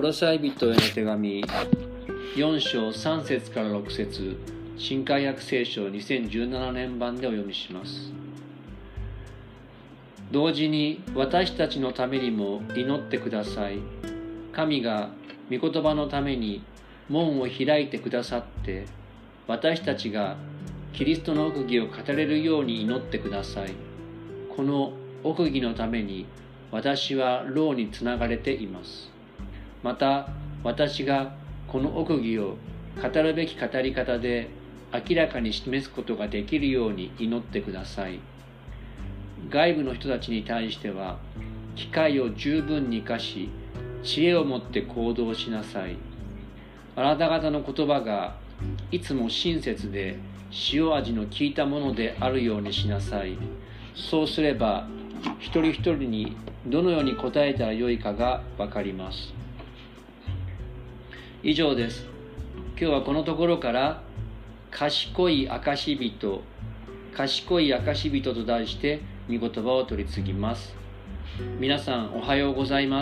ロサイ人への手紙4章3節から6節新海訳聖書2017年版でお読みします。同時に私たちのためにも祈ってください。神が御言葉のために門を開いてくださって、私たちがキリストの奥義を語れるように祈ってください。この奥義のために私は牢につながれています。また私がこの奥義を語るべき語り方で明らかに示すことができるように祈ってください。外部の人たちに対しては機会を十分に生かし、知恵を持って行動しなさい。あなた方の言葉がいつも親切で塩味の効いたものであるようにしなさい。そうすれば一人一人にどのように答えたらよいかがわかります。以上です。今日はこのところから賢い証人と題して御言葉を取り次ぎます。皆さんおはようございます。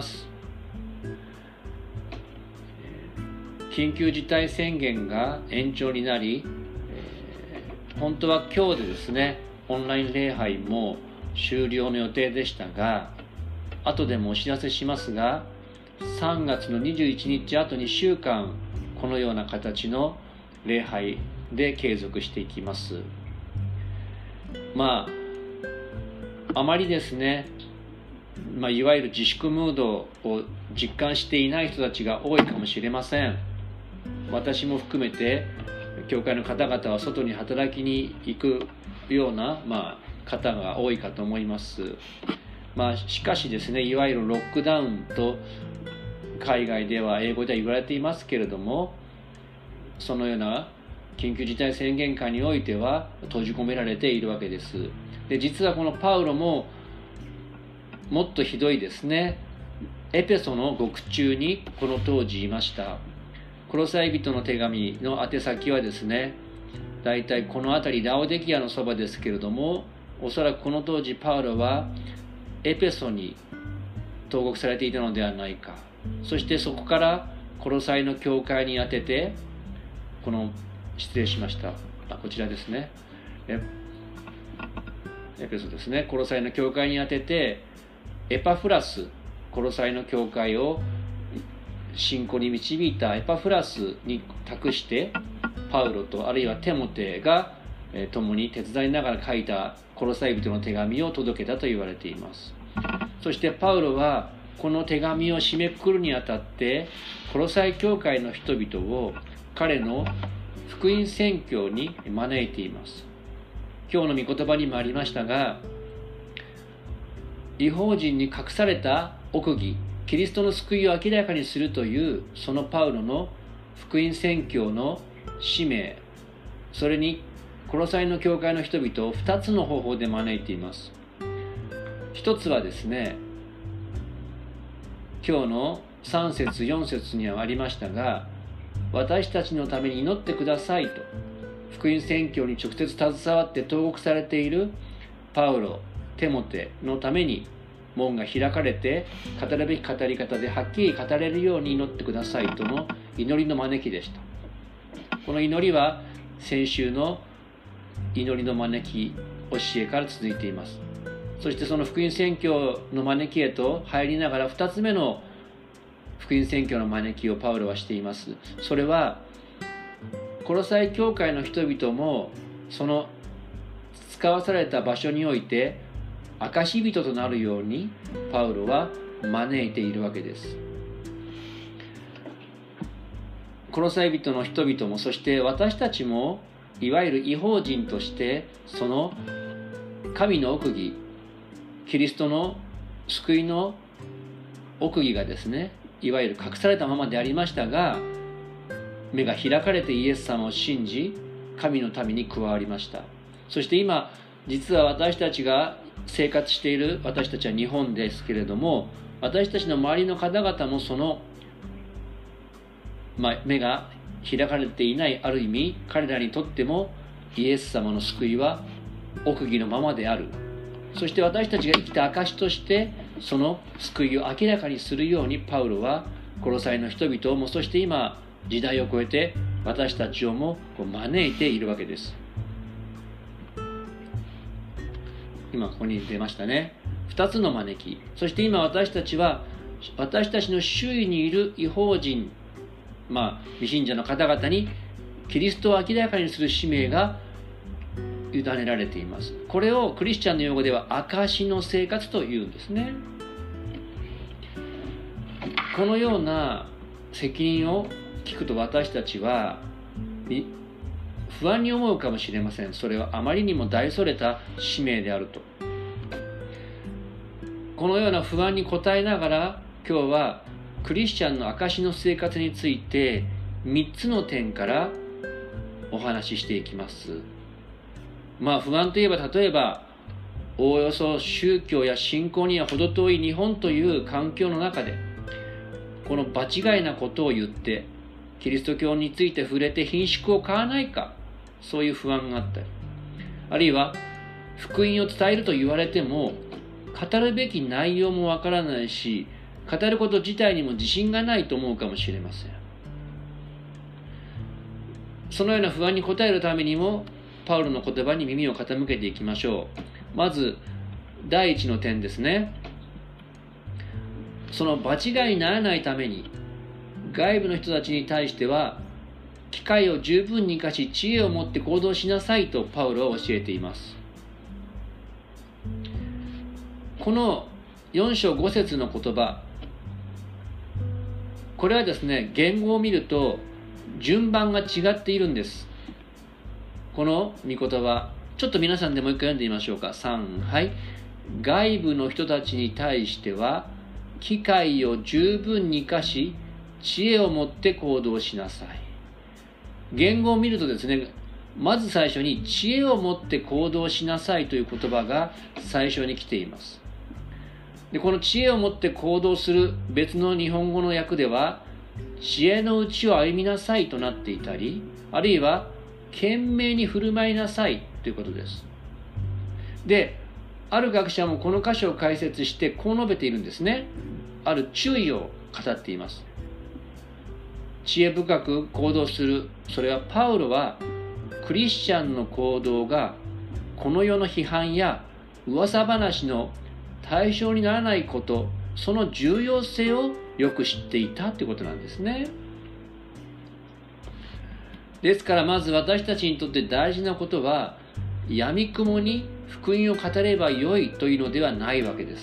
緊急事態宣言が延長になり、本当は今日でですね、オンライン礼拝も終了の予定でしたが、後でもお知らせしますが、3月の21日あと2週間、このような形の礼拝で継続していきます。あまりですね、いわゆる自粛ムードを実感していない人たちが多いかもしれません。私も含めて、教会の方々は外に働きに行くような、方が多いかと思います。しかしですね、いわゆるロックダウンと海外では英語では言われていますけれども、そのような緊急事態宣言下においては閉じ込められているわけです。で、実はこのパウロももっとひどいですね。エペソの獄中にこの当時いました。コロサイ人の手紙の宛先はですね、だいたいこの辺りラオデキアのそばですけれども、おそらくこの当時パウロはエペソに投獄されていたのではないか。そしてそこからコロサイの教会に宛てて、失礼しました。こちらですね。エペソですね。コロサイの教会に宛てて、エパフラス、コロサイの教会を信仰に導いたエパフラスに託して、パウロとあるいはテモテが共に手伝いながら書いたコロサイ人の手紙を届けたと言われています。そしてパウロはこの手紙を締めくくるにあたって、コロサイ教会の人々を彼の福音宣教に招いています。今日の御言葉にもありましたが、異邦人に隠された奥義、キリストの救いを明らかにするというそのパウロの福音宣教の使命、それにコロサイの教会の人々を2つの方法で招いています。一つはですね、今日の3節4節にはありましたが、私たちのために祈ってくださいと、福音宣教に直接携わって投獄されているパウロ、テモテのために門が開かれて、語るべき語り方ではっきり語れるように祈ってくださいとの祈りの招きでした。この祈りは先週の祈りの招き教えから続いています。そしてその福音宣教の招きへと入りながら、2つ目の福音宣教の招きをパウロはしています。それはコロサイ教会の人々もその使わされた場所において証人となるようにパウロは招いているわけです。コロサイ人の人々も、そして私たちもいわゆる異邦人として、その神の奥義、キリストの救いの奥義がですね、いわゆる隠されたままでありましたが、目が開かれてイエス様を信じ、神の民に加わりました。そして今、実は私たちが生活している、私たちは日本ですけれども、私たちの周りの方々もその、目が開かれていない、ある意味彼らにとってもイエス様の救いは奥義のままである。そして私たちが生きた証としてその救いを明らかにするようにパウロはコロサイの人々をも、そして今時代を超えて私たちをも招いているわけです。今ここに出ましたね。2つの招き。そして今私たちは私たちの周囲にいる異邦人、未信者の方々にキリストを明らかにする使命が委ねられています。これをクリスチャンの用語では証の生活というんですね。このような責任を聞くと私たちは不安に思うかもしれません。それはあまりにも大それた使命であると。このような不安に応えながら、今日はクリスチャンの証の生活について3つの点からお話ししていきます。不安といえば、例えばおおよそ宗教や信仰には程遠い日本という環境の中で、この場違いなことを言ってキリスト教について触れて品縮を買わないか、そういう不安があったり、あるいは福音を伝えると言われても語るべき内容もわからないし、語ること自体にも自信がないと思うかもしれません。そのような不安に応えるためにもパウロの言葉に耳を傾けていきましょう。まず第一の点ですね。その場違いにならないために外部の人たちに対しては機会を十分に生かし知恵を持って行動しなさいとパウロは教えています。この4章5節の言葉、これはですね、言語を見ると順番が違っているんです。この御言葉、ちょっと皆さんでもう一回読んでみましょうか。はい。外部の人たちに対しては機会を十分に生かし知恵を持って行動しなさい。言語を見るとですね、まず最初に知恵を持って行動しなさいという言葉が最初に来ています。で、この知恵を持って行動する別の日本語の訳では知恵のうちを歩みなさいとなっていたり、あるいは懸命に振る舞いなさいということです。で、ある学者もこの箇所を解説してこう述べているんですね。ある注意を語っています。知恵深く行動する、それはパウロはクリスチャンの行動がこの世の批判や噂話の対象にならないこと、その重要性をよく知っていたということなんですね。ですからまず私たちにとって大事なことは、闇雲に福音を語ればよいというのではないわけです。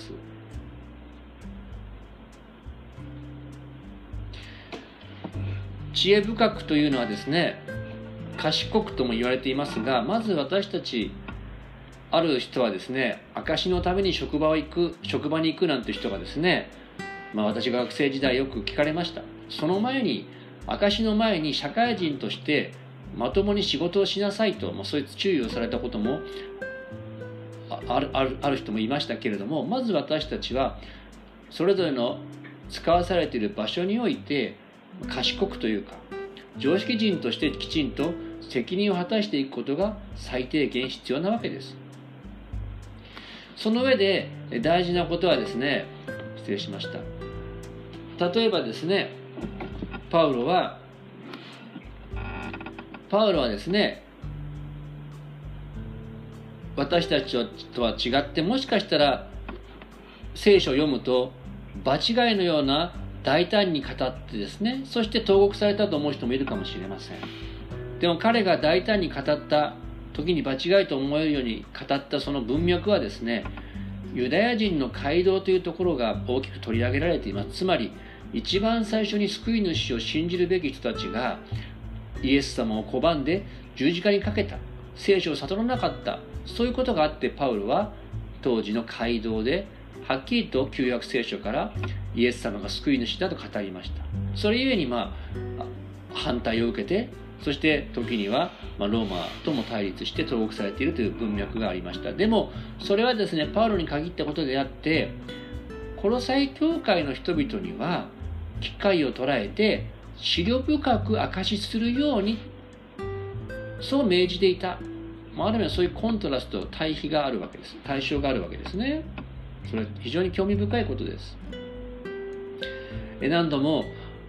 知恵深くというのはですね、賢くとも言われていますが、まず私たち、ある人はですね、証のために職場に行くなんて人がですね、私が学生時代よく聞かれました。その前に、証の前に社会人としてまともに仕事をしなさいと、そういう注意をされたこともある人もいましたけれども、まず私たちはそれぞれの使わされている場所において賢くというか常識人としてきちんと責任を果たしていくことが最低限必要なわけです。その上で大事なことはですね、失礼しました。例えばですね、パウロはですね、私たちとは違って、もしかしたら聖書を読むと場違いのような大胆に語ってですね、そして投獄されたと思う人もいるかもしれません。でも彼が大胆に語った時に場違いと思えるように語ったその文脈はですね、ユダヤ人の街道というところが大きく取り上げられています。つまり一番最初に救い主を信じるべき人たちがイエス様を拒んで十字架にかけた、聖書を悟らなかった、そういうことがあってパウロは当時の街道ではっきりと旧約聖書からイエス様が救い主だと語りました。それゆえに反対を受けて、そして時にはローマとも対立して投獄されているという文脈がありました。でもそれはですね、パウロに限ったことであって、コロサイ教会の人々には機会を捉えて思慮深く証しするようにそう命じていた。ある意味はそういうコントラスト、対比があるわけです。対象があるわけですね。それは非常に興味深いことです。何度も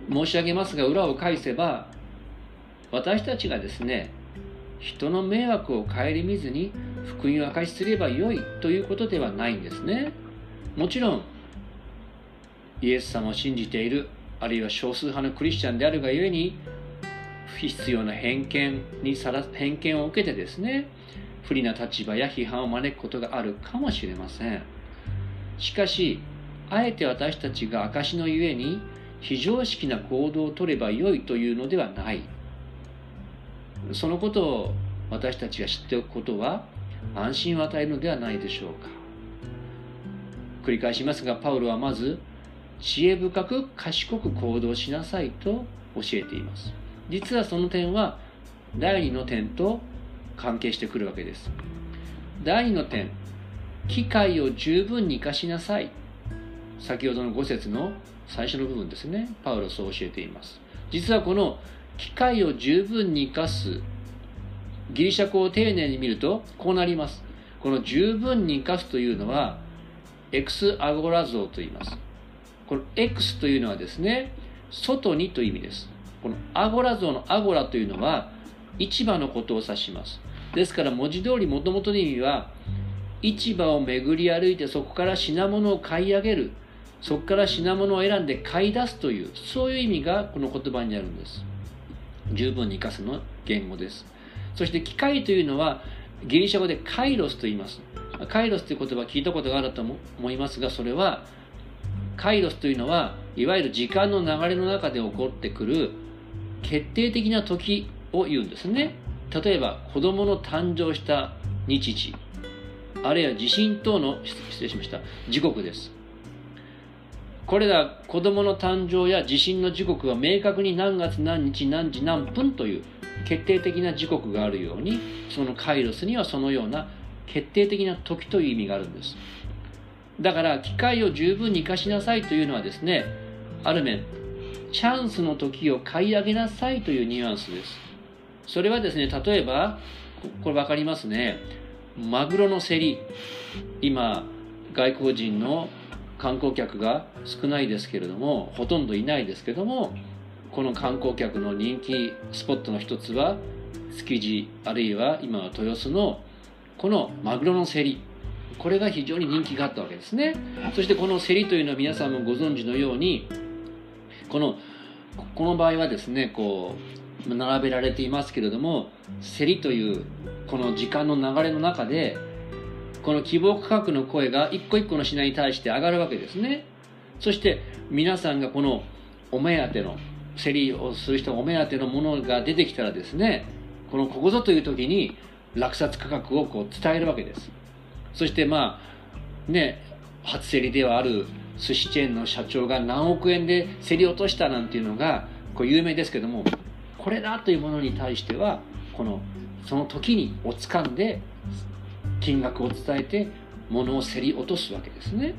申し上げますが、裏を返せば、私たちがですね、人の迷惑を顧みずに福音を証しすればよいということではないんですね。もちろんイエス様を信じている、あるいは少数派のクリスチャンであるがゆえに、不必要な偏見を受けてですね、不利な立場や批判を招くことがあるかもしれません。しかし、あえて私たちが証のゆえに非常識な行動をとればよいというのではない。そのことを私たちが知っておくことは安心を与えるのではないでしょうか。繰り返しますが、パウロはまず知恵深く賢く行動しなさいと教えています。実はその点は第2の点と関係してくるわけです。第2の点、機会を十分に生かしなさい。先ほどの5節の最初の部分ですね。パウロはそう教えています。実はこの機会を十分に生かす、ギリシャ語を丁寧に見るとこうなります。この十分に生かすというのはエクスアゴラゾーと言います。このエクスというのはですね、外にという意味です。このアゴラゾーのアゴラというのは市場のことを指します。ですから文字通り元々の意味は、市場を巡り歩いてそこから品物を買い上げる、そこから品物を選んで買い出すという、そういう意味がこの言葉にあるんです。十分に生かすの言語です。そして機会というのはギリシャ語でカイロスと言います。カイロスという言葉聞いたことがあると思いますが、それはカイロスというのはいわゆる時間の流れの中で起こってくる決定的な時を言うんですね。例えば子供の誕生した日時、あるいは地震等の時刻です。これら子供の誕生や地震の時刻は明確に何月何日何時何分という決定的な時刻があるように、そのカイロスにはそのような決定的な時という意味があるんです。だから機会を十分に生かしなさいというのはですね、ある面チャンスの時を買い上げなさいというニュアンスです。それはですね、例えばこれ分かりますね。マグロの競り、今外国人の観光客が少ないですけれども、ほとんどいないですけども、この観光客の人気スポットの一つは築地、あるいは今は豊洲のこのマグロの競り、これが非常に人気があったわけですね。そしてこの競りというのは皆さんもご存知のように、この場合はですね、こう並べられていますけれども、競りというこの時間の流れの中で、この希望価格の声が一個一個の品に対して上がるわけですね。そして皆さんがこのお目当ての競りをする人がお目当てのものが出てきたらですね、ここぞという時に落札価格をこう伝えるわけです。そして初競りではある寿司チェーンの社長が何億円で競り落としたなんていうのがこう有名ですけども、これだというものに対してはその時にを掴んで金額を伝えて物を競り落とすわけですね。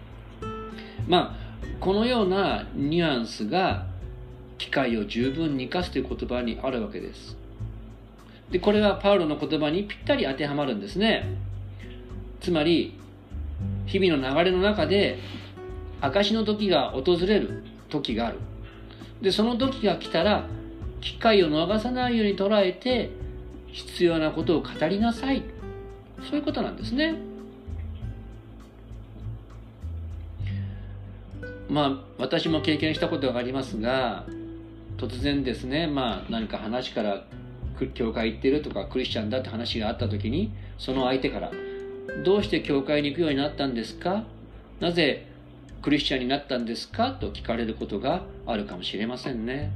このようなニュアンスが機会を十分に生かすという言葉にあるわけです。でこれはパウロの言葉にぴったり当てはまるんですね。つまり日々の流れの中で証の時が訪れる時がある。でその時が来たら機会を逃さないように捉えて必要なことを語りなさい。そういうことなんですね。私も経験したことがありますが、突然ですね、何か話から教会行ってるとかクリスチャンだって話があった時に、その相手からどうして教会に行くようになったんですか、なぜクリスチャンになったんですかと聞かれることがあるかもしれませんね。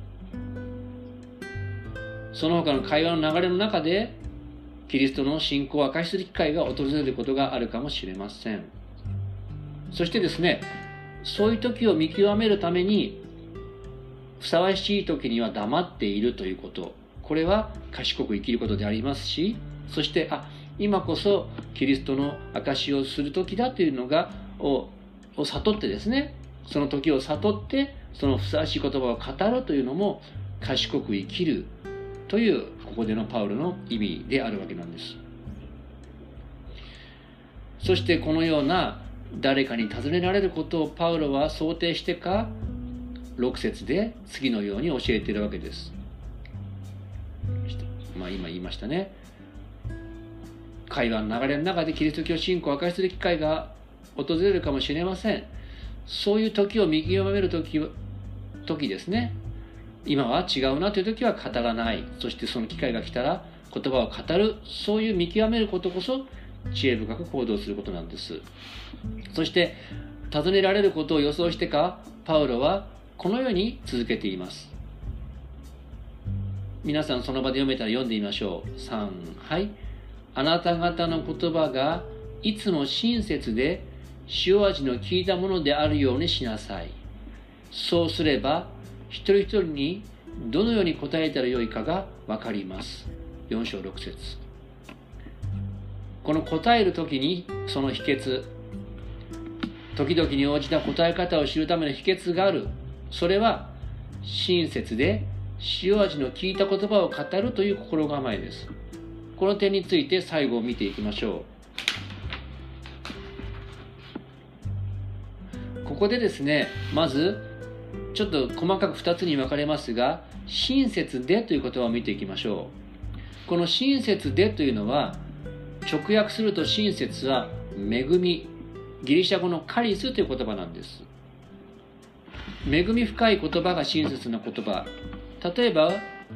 その他の会話の流れの中でキリストの信仰を明かしする機会が訪れることがあるかもしれません。そしてですね、そういう時を見極めるためにふさわしい時には黙っているということ、これは賢く生きることでありますし、そして今こそキリストの証しをする時だというのを悟ってですね、その時を悟ってそのふさわしい言葉を語るというのも賢く生きるというここでのパウロの意味であるわけなんです。そしてこのような誰かに尋ねられることをパウロは想定してか、 6節で次のように教えているわけです。今言いましたね。会話の流れの中でキリスト教信仰を明かしする機会が訪れるかもしれません。そういう時を見極める時ですね。今は違うなという時は語らない。そしてその機会が来たら言葉を語る。そういう見極めることこそ知恵深く行動することなんです。そして尋ねられることを予想してか、パウロはこのように続けています。皆さんその場で読めたら読んでみましょう。3、はい。あなた方の言葉がいつも親切で塩味の効いたものであるようにしなさい。そうすれば一人一人にどのように答えたらよいかがわかります。4章6節。この答えるときにその秘訣、時々に応じた答え方を知るための秘訣がある。それは親切で塩味の効いた言葉を語るという心構えです。この点について最後を見ていきましょう。ここでですね、まずちょっと細かく2つに分かれますが、親切でという言葉を見ていきましょう。この親切でというのは、直訳すると親切は恵み、ギリシャ語のカリスという言葉なんです。恵み深い言葉が親切な言葉。例えば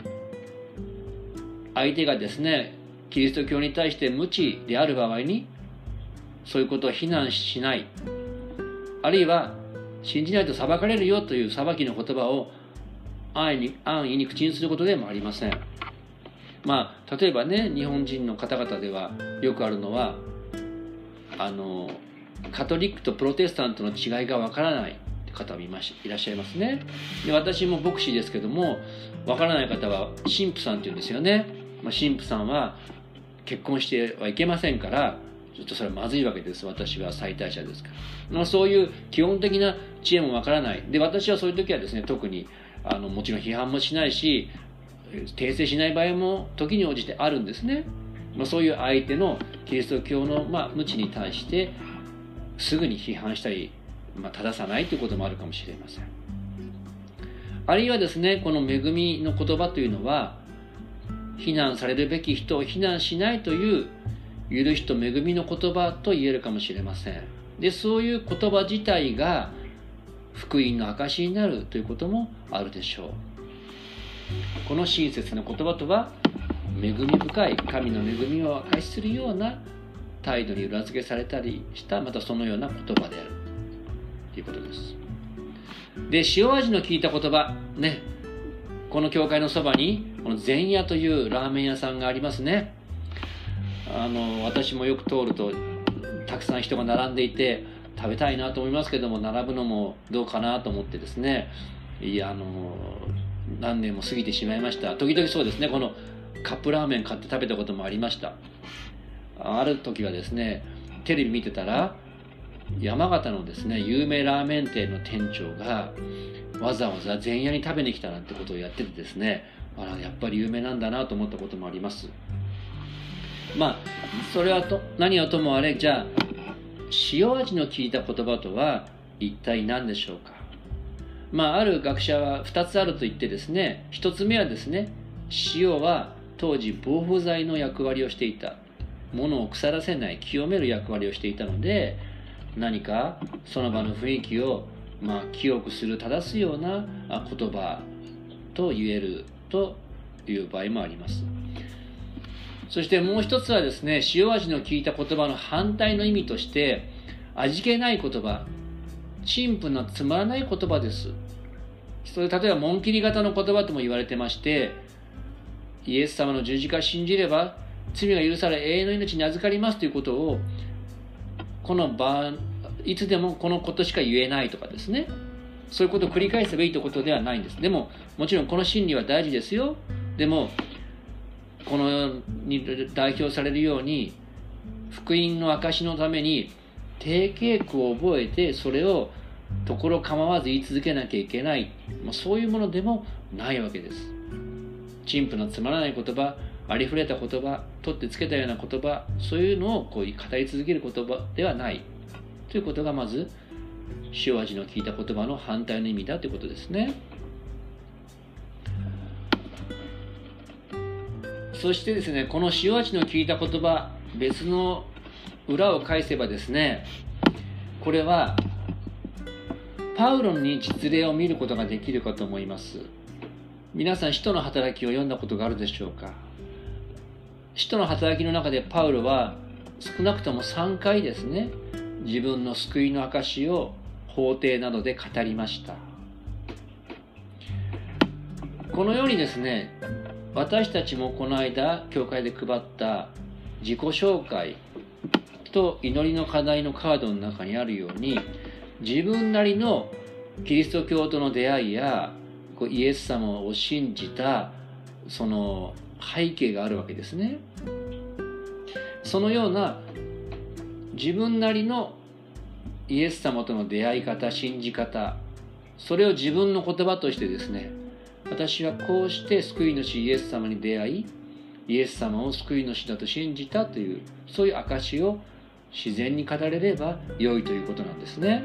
相手がですね、キリスト教に対して無知である場合にそういうことを非難しない、あるいは信じないと裁かれるよという裁きの言葉を安易に口にすることでもありません。例えばね、日本人の方々ではよくあるのはカトリックとプロテスタントの違いがわからない方もいらっしゃいますね。で、私も牧師ですけども、わからない方は神父さんっていうんですよね。神父さんは結婚してはいけませんから、ちょっとそれはまずいわけです。私は妻帯者ですから。そういう基本的な知恵もわからない。で、私はそういう時はですね、特にもちろん批判もしないし、訂正しない場合も時に応じてあるんですね。そういう相手のキリスト教の無知に対してすぐに批判したり、正さないということもあるかもしれません。あるいはですね、この恵みの言葉というのは、非難されるべき人を非難しないという許しと恵みの言葉と言えるかもしれません。で、そういう言葉自体が福音の証になるということもあるでしょう。この親切な言葉とは、恵み深い神の恵みを証しするような態度に裏付けされたりした、またそのような言葉であるということです。で、塩味の効いた言葉ね、この教会のそばにこの前夜というラーメン屋さんがありますね。私もよく通るとたくさん人が並んでいて食べたいなと思いますけども、並ぶのもどうかなと思ってですね、何年も過ぎてしまいました。時々そうですね、このカップラーメン買って食べたこともありました。ある時はですね、テレビ見てたら山形のですね、有名ラーメン店の店長がわざわざ前夜に食べに来たなんてことをやっててですね、やっぱり有名なんだなと思ったこともあります。それは何はともあれ、じゃあ塩味の効いた言葉とは一体何でしょうか。ある学者は2つあると言ってですね、1つ目はですね、塩は当時防腐剤の役割をしていた、物を腐らせない清める役割をしていたので、何かその場の雰囲気を清くする、正すような言葉と言えるという場合もあります。そしてもう一つはですね、塩味の効いた言葉の反対の意味として、味気ない言葉、陳腐なつまらない言葉です。それ例えば紋切り型の言葉とも言われてまして、イエス様の十字架を信じれば罪が許され永遠の命に預かりますということを、この場いつでもこのことしか言えないとかですね、そういうことを繰り返せばいいということではないんです。でももちろんこの真理は大事ですよ。でもこの世に代表されるように福音の証のために定型句を覚えて、それをところ構わず言い続けなきゃいけない、そういうものでもないわけです。陳腐なつまらない言葉、ありふれた言葉、取ってつけたような言葉、そういうのを語り続ける言葉ではないということがまず塩味の効いた言葉の反対の意味だということですね。そしてですね、この塩味の効いた言葉、別の裏を返せばですね、これはパウロに実例を見ることができるかと思います。皆さん、使徒の働きを読んだことがあるでしょうか。使徒の働きの中でパウロは少なくとも3回ですね、自分の救いの証を法廷などで語りました。このようにですね、私たちもこの間教会で配った自己紹介と祈りの課題のカードの中にあるように、自分なりのキリスト教との出会いやイエス様を信じたその背景があるわけですね。そのような自分なりのイエス様との出会い方、信じ方、それを自分の言葉としてですね、私はこうして救い主イエス様に出会い、イエス様を救い主だと信じたという、そういう証を自然に語れれば良いということなんですね。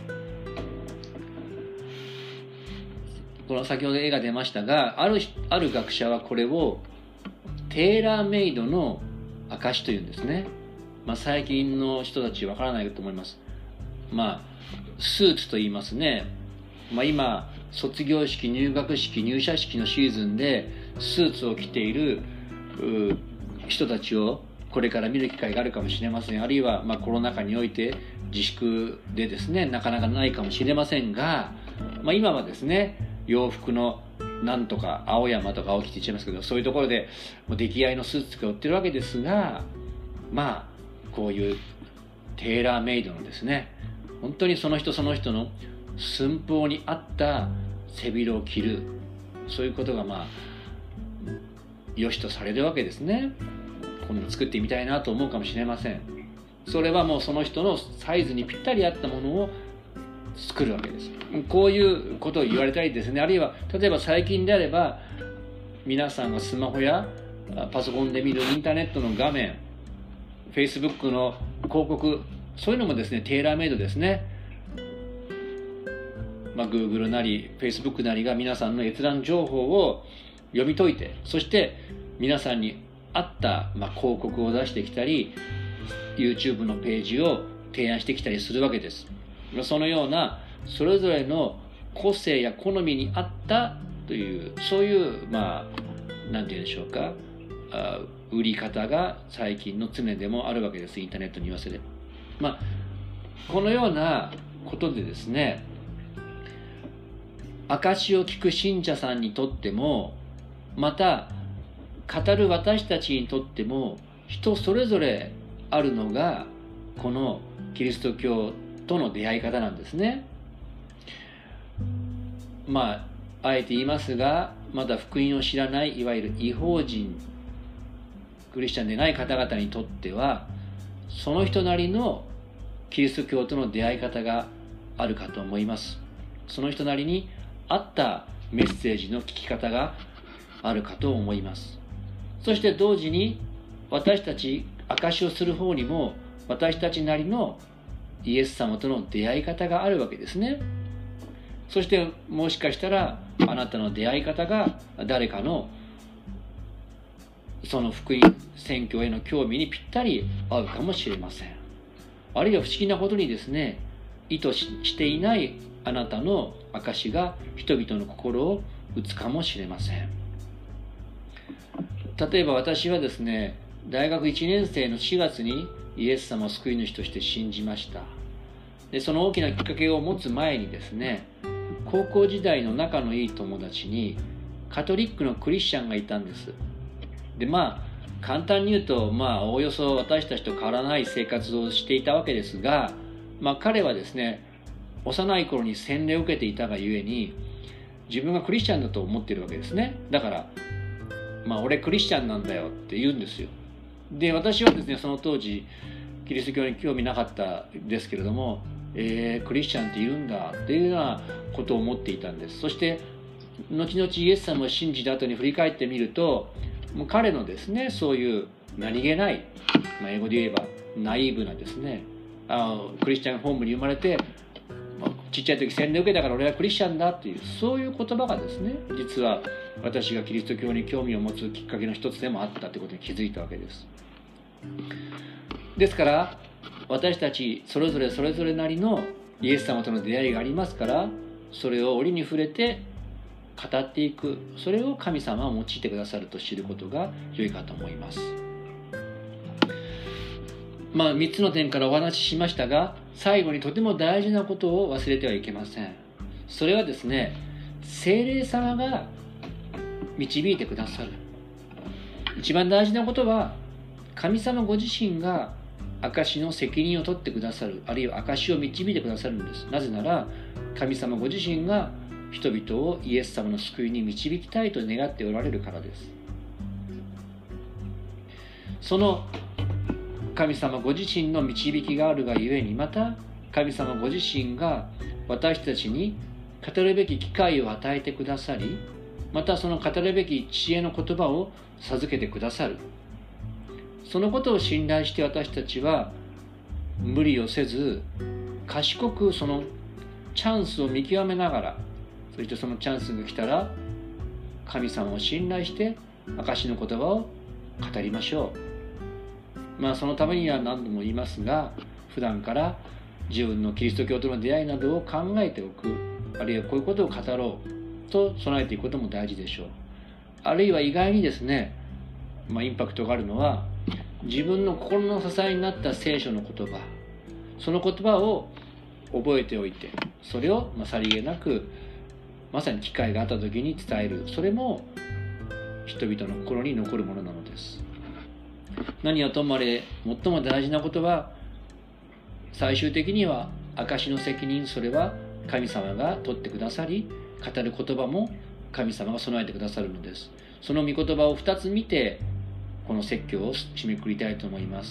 この先ほど絵が出ましたが、ある学者はこれをテーラーメイドの証というんですね。最近の人たちわからないと思います。スーツと言いますね。今卒業式、入学式、入社式のシーズンでスーツを着ている人たちをこれから見る機会があるかもしれません。あるいはコロナ禍において自粛でですね、なかなかないかもしれませんが、今はですね、洋服のなんとか青山とか青木って言っちゃいますけど、そういうところでもう出来合いのスーツが売ってるわけですが、こういうテーラーメイドのですね、本当にその人その人の寸法に合った背広を着る、そういうことが良しとされるわけですね。今度作ってみたいなと思うかもしれません。それはもうその人のサイズにぴったり合ったものを作るわけです。こういうことを言われたりですね、あるいは例えば最近であれば、皆さんがスマホやパソコンで見るインターネットの画面、Facebook の広告、そういうのもですね、テーラーメイドですね。Google なり Facebook なりが皆さんの閲覧情報を読み解いて、そして皆さんに合った広告を出してきたり、 YouTube のページを提案してきたりするわけです。そのようなそれぞれの個性や好みに合ったという、そういうなんて言うんでしょうか、売り方が最近の常でもあるわけです。インターネットに言わせれば、このようなことでですね、証を聞く信者さんにとっても、また語る私たちにとっても、人それぞれあるのがこのキリスト教との出会い方なんですね。あえて言いますが、まだ福音を知らないいわゆる異邦人、クリスチャンでない方々にとっては、その人なりのキリスト教との出会い方があるかと思います。その人なりに合ったメッセージの聞き方があるかと思います。そして同時に私たち証しをする方にも、私たちなりのイエス様との出会い方があるわけですね。そしてもしかしたらあなたの出会い方が誰かのその福音宣教への興味にぴったり合うかもしれません。あるいは不思議なことにですね、意図していないあなたの証が人々の心を打つかもしれません。例えば私はですね、大学1年生の4月にイエス様を救い主として信じました。でその大きなきっかけを持つ前にですね、高校時代の仲のいい友達にカトリックのクリスチャンがいたんです。で簡単に言うとおおよそ私たちと変わらない生活をしていたわけですが、彼はですね、幼い頃に洗礼を受けていたがゆえに自分がクリスチャンだと思っているわけですね。だから俺クリスチャンなんだよって言うんですよ。で私はですね、その当時キリスト教に興味なかったですけれども、クリスチャンっているんだっていうようなことを思っていたんです。そして後々イエス様を信じた後に振り返ってみると、もう彼のですね、そういう何気ない、英語で言えばナイーブなですね、クリスチャンホームに生まれてちっちゃい時洗礼を受けたから俺はクリスチャンだっていう、そういう言葉がですね、実は私がキリスト教に興味を持つきっかけの一つでもあったということに気づいたわけです。ですから私たちそれぞれなりのイエス様との出会いがありますから、それを折に触れて語っていく、それを神様は用いてくださると知ることが良いかと思います。3つの点からお話ししましたが、最後にとても大事なことを忘れてはいけません。それはですね、聖霊様が導いてくださる。一番大事なことは、神様ご自身が証の責任を取ってくださる、あるいは証を導いてくださるんです。なぜなら神様ご自身が人々をイエス様の救いに導きたいと願っておられるからです。その神様ご自身の導きがあるがゆえに、また神様ご自身が私たちに語るべき機会を与えてくださり、またその語るべき知恵の言葉を授けてくださる。そのことを信頼して私たちは無理をせず、賢くそのチャンスを見極めながら、そしてそのチャンスが来たら神様を信頼して証の言葉を語りましょう。そのためには何度も言いますが、普段から自分のキリスト教との出会いなどを考えておく、あるいはこういうことを語ろうと備えていくことも大事でしょう。あるいは意外にですね、インパクトがあるのは、自分の心の支えになった聖書の言葉、その言葉を覚えておいて、それをさりげなくまさに機会があった時に伝える、それも人々の心に残るものなのです。何はともあれ最も大事なことは、最終的には証の責任、それは神様が取ってくださり、語る言葉も神様が備えてくださるのです。その御言葉を2つ見てこの説教を締めくくりたいと思います。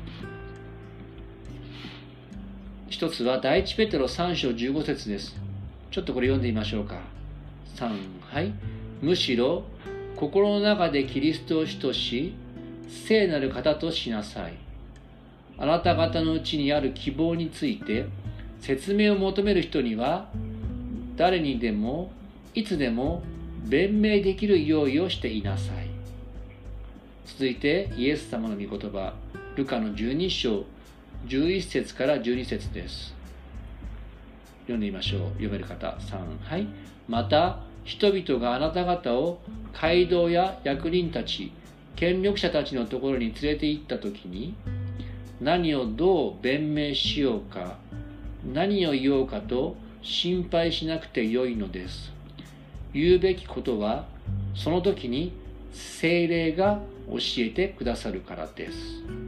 一つは第一ペテロ3章15節です。ちょっとこれ読んでみましょうか。はい。むしろ心の中でキリストを主とし、聖なる方としなさい。あなた方のうちにある希望について説明を求める人には、誰にでもいつでも弁明できる用意をしていなさい。続いてイエス様の御言葉、ルカの12章11節から12節です。読んでみましょう。読める方、はい。また人々があなた方を街道や役人たち、権力者たちのところに連れて行ったときに、何をどう弁明しようか、何を言おうかと心配しなくてよいのです。言うべきことはその時に聖霊が教えてくださるからです。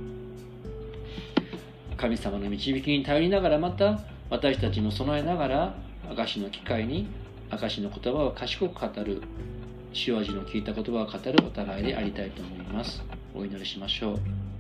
神様の導きに頼りながら、また私たちも備えながら、証の機会に証の言葉を賢く語る、塩味の聞いた言葉を語るお互いでありたいと思います。お祈りしましょう。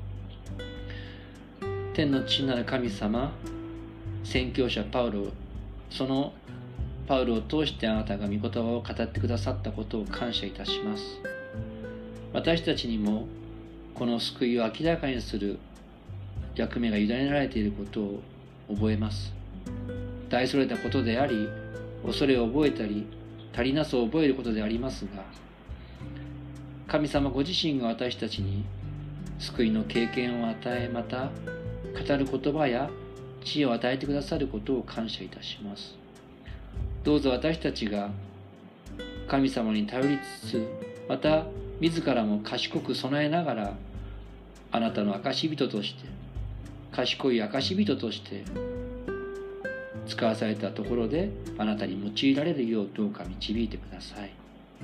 天の父なる神様、宣教者パウロ、そのパウロを通してあなたが御言葉を語ってくださったことを感謝いたします。私たちにもこの救いを明らかにする役目が委ねられていることを覚えます。大それたことであり、恐れを覚えたり足りなさを覚えることでありますが、神様ご自身が私たちに救いの経験を与え、また語る言葉や知恵を与えてくださることを感謝いたします。どうぞ私たちが神様に頼りつつ、また自らも賢く備えながら、あなたの証人として、賢い証人として使わされたところであなたに用いられるようどうか導いてください。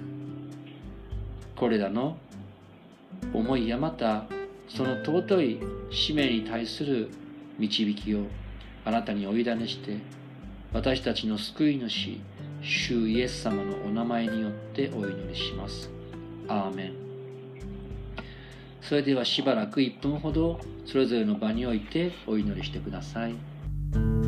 これらの思いやまたその尊い使命に対する導きをあなたにお委ねして、私たちの救い主、主イエス様のお名前によってお祈りします。アーメン。それではしばらく1分ほどそれぞれの場においてお祈りしてください。